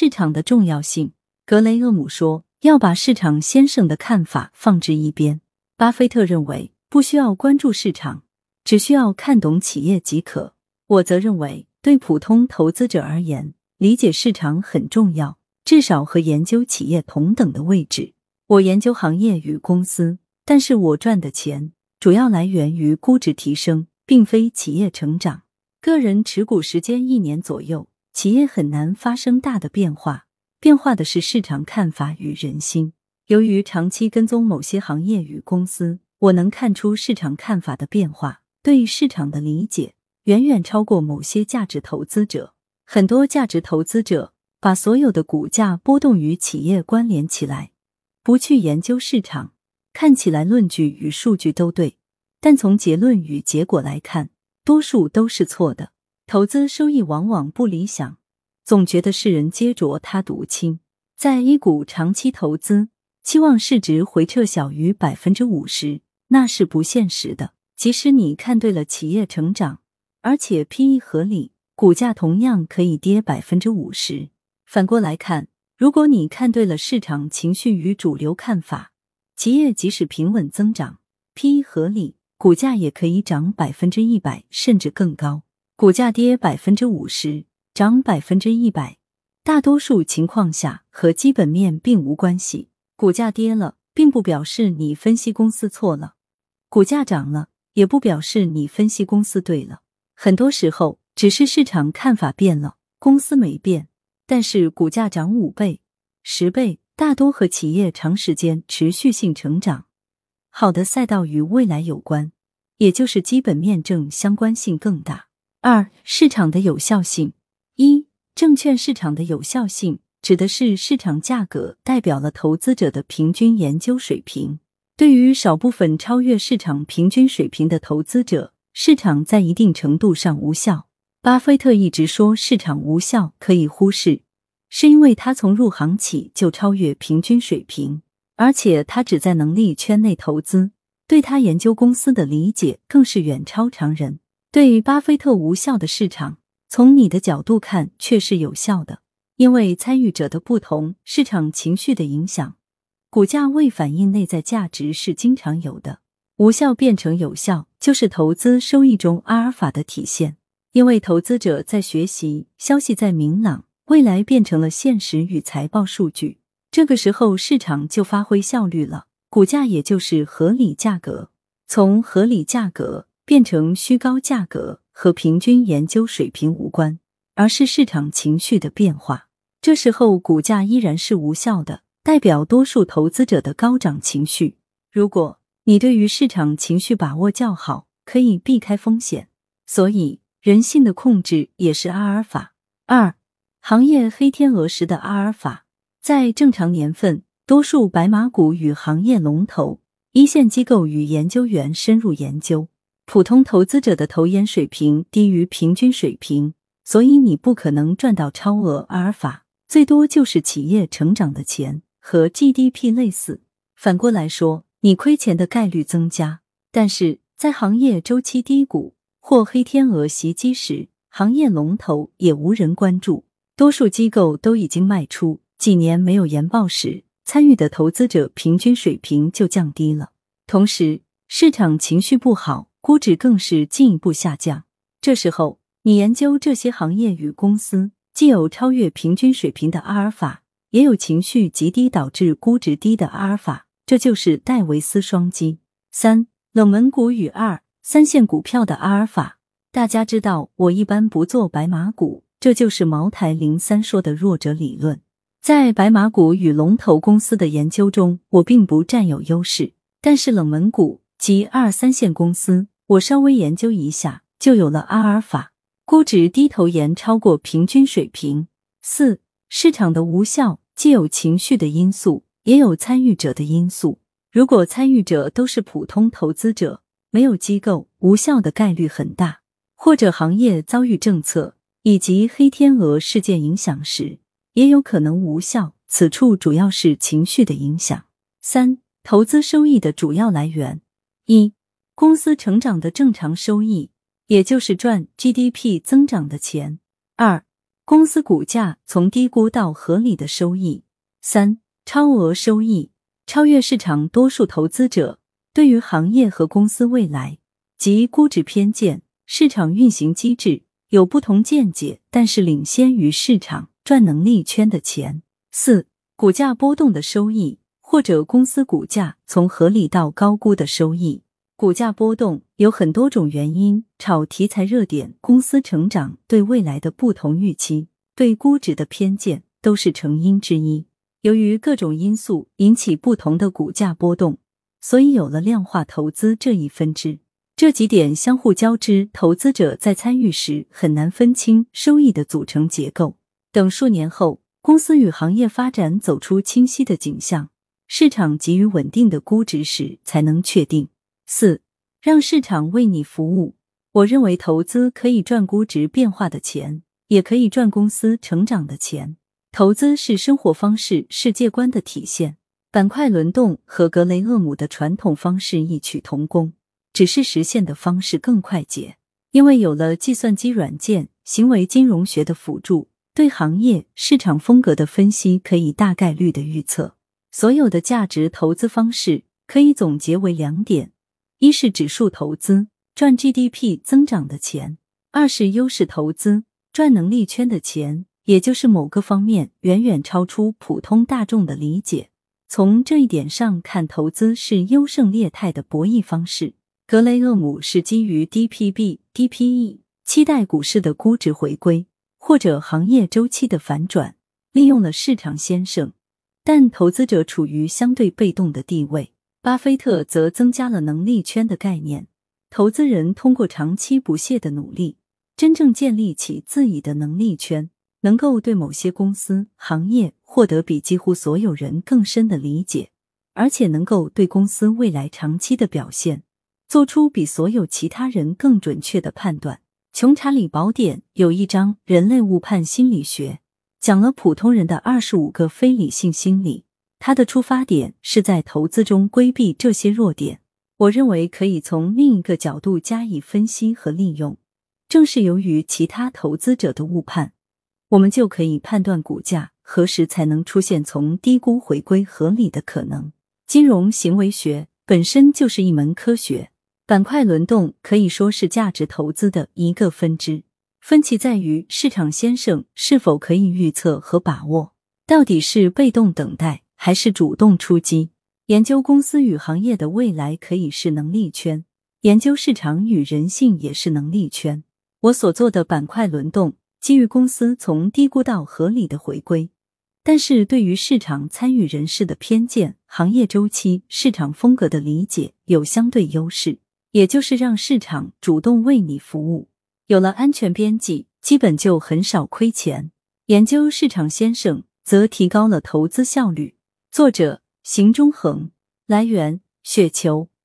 市场的重要性，格雷厄姆说，要把市场先生的看法放置一边。巴菲特认为，不需要关注市场，只需要看懂企业即可。我则认为，对普通投资者而言，理解市场很重要，至少和研究企业同等的位置。我研究行业与公司，但是我赚的钱主要来源于估值提升，并非企业成长。个人持股时间1年左右，企业很难发生大的变化，变化的是市场看法与人心。由于长期跟踪某些行业与公司，我能看出市场看法的变化，对市场的理解远远超过某些价值投资者。很多价值投资者把所有的股价波动与企业关联起来，不去研究市场，看起来论据与数据都对，但从结论与结果来看，多数都是错的。投资收益往往不理想，总觉得世人皆浊他独清。在 A 股长期投资，期望市值回撤小于 50%， 那是不现实的。即使你看对了企业成长，而且 PE 合理，股价同样可以跌 50%。 反过来看，如果你看对了市场情绪与主流看法，企业即使平稳增长， PE 合理，股价也可以涨 100%， 甚至更高。股价跌 50%， 涨 100%， 大多数情况下和基本面并无关系。股价跌了，并不表示你分析公司错了；股价涨了，也不表示你分析公司对了。很多时候，只是市场看法变了，公司没变，但是股价涨5倍、10倍，大多和企业长时间持续性成长、好的赛道与未来有关，也就是基本面正相关性更大。2. 市场的有效性。1. 证券市场的有效性指的是市场价格代表了投资者的平均研究水平。对于少部分超越市场平均水平的投资者，市场在一定程度上无效。巴菲特一直说市场无效可以忽视，是因为他从入行起就超越平均水平，而且他只在能力圈内投资，对他研究公司的理解更是远超常人。对于巴菲特无效的市场，从你的角度看却是有效的，因为参与者的不同，市场情绪的影响，股价未反映内在价值是经常有的。无效变成有效，就是投资收益中阿尔法的体现。因为投资者在学习，消息在明朗，未来变成了现实与财报数据，这个时候市场就发挥效率了，股价也就是合理价格。从合理价格变成虚高价格和平均研究水平无关，而是市场情绪的变化。这时候股价依然是无效的，代表多数投资者的高涨情绪。如果你对于市场情绪把握较好，可以避开风险。所以人性的控制也是阿尔法。2. 行业黑天鹅时的阿尔法。在正常年份，多数白马股与行业龙头、一线机构与研究员深入研究，普通投资者的投研水平低于平均水平，所以你不可能赚到超额阿尔法，最多就是企业成长的钱，和 GDP 类似。反过来说，你亏钱的概率增加。但是在行业周期低谷或黑天鹅袭击时，行业龙头也无人关注，多数机构都已经卖出，几年没有研报时，参与的投资者平均水平就降低了。同时，市场情绪不好，估值更是进一步下降。这时候，你研究这些行业与公司，既有超越平均水平的阿尔法，也有情绪极低导致估值低的阿尔法，这就是戴维斯双击。3. 冷门股与2、3线股票的阿尔法。大家知道我一般不做白马股，这就是茅台03说的弱者理论。在白马股与龙头公司的研究中，我并不占有优势，但是冷门股及2、3线公司，我稍微研究一下就有了阿尔法，估值低投研超过平均水平。4. 市场的无效既有情绪的因素，也有参与者的因素。如果参与者都是普通投资者，没有机构，无效的概率很大，或者行业遭遇政策以及黑天鹅事件影响时，也有可能无效，此处主要是情绪的影响。3. 投资收益的主要来源。1. 公司成长的正常收益，也就是赚 GDP 增长的钱。2. 公司股价从低估到合理的收益。3. 超额收益，超越市场多数投资者对于行业和公司未来及估值偏见、市场运行机制有不同见解，但是领先于市场赚能力圈的钱。4. 股价波动的收益，或者公司股价从合理到高估的收益。股价波动有很多种原因，炒题材热点、公司成长、对未来的不同预期、对估值的偏见都是成因之一。由于各种因素引起不同的股价波动，所以有了量化投资这一分支。这几点相互交织，投资者在参与时很难分清收益的组成结构。等数年后，公司与行业发展走出清晰的景象，市场给予稳定的估值时才能确定。4. 让市场为你服务。我认为投资可以赚估值变化的钱，也可以赚公司成长的钱。投资是生活方式、世界观的体现。板块轮动和格雷厄姆的传统方式异曲同工，只是实现的方式更快捷。因为有了计算机软件、行为金融学的辅助，对行业、市场风格的分析可以大概率的预测。所有的价值投资方式可以总结为2点：一是指数投资，赚 GDP 增长的钱；二是优势投资，赚能力圈的钱，也就是某个方面远远超出普通大众的理解。从这一点上看，投资是优胜劣汰的博弈方式。格雷厄姆是基于 DPB、DPE 期待股市的估值回归，或者行业周期的反转，利用了市场先胜，但投资者处于相对被动的地位。巴菲特则增加了能力圈的概念，投资人通过长期不懈的努力，真正建立起自己的能力圈，能够对某些公司、行业获得比几乎所有人更深的理解，而且能够对公司未来长期的表现做出比所有其他人更准确的判断。穷查理宝典有一章人类误判心理学，讲了普通人的25个非理性心理，他的出发点是在投资中规避这些弱点。我认为可以从另一个角度加以分析和利用，正是由于其他投资者的误判，我们就可以判断股价何时才能出现从低估回归合理的可能。金融行为学本身就是一门科学，板块轮动可以说是价值投资的一个分支。分歧在于市场先胜是否可以预测和把握，到底是被动等待还是主动出击。研究公司与行业的未来可以是能力圈，研究市场与人性也是能力圈。我所做的板块轮动基于公司从低估到合理的回归，但是对于市场参与人士的偏见、行业周期、市场风格的理解有相对优势，也就是让市场主动为你服务。有了安全边际，基本就很少亏钱。研究市场先胜，则提高了投资效率。作者：邢中恒，来源：雪球。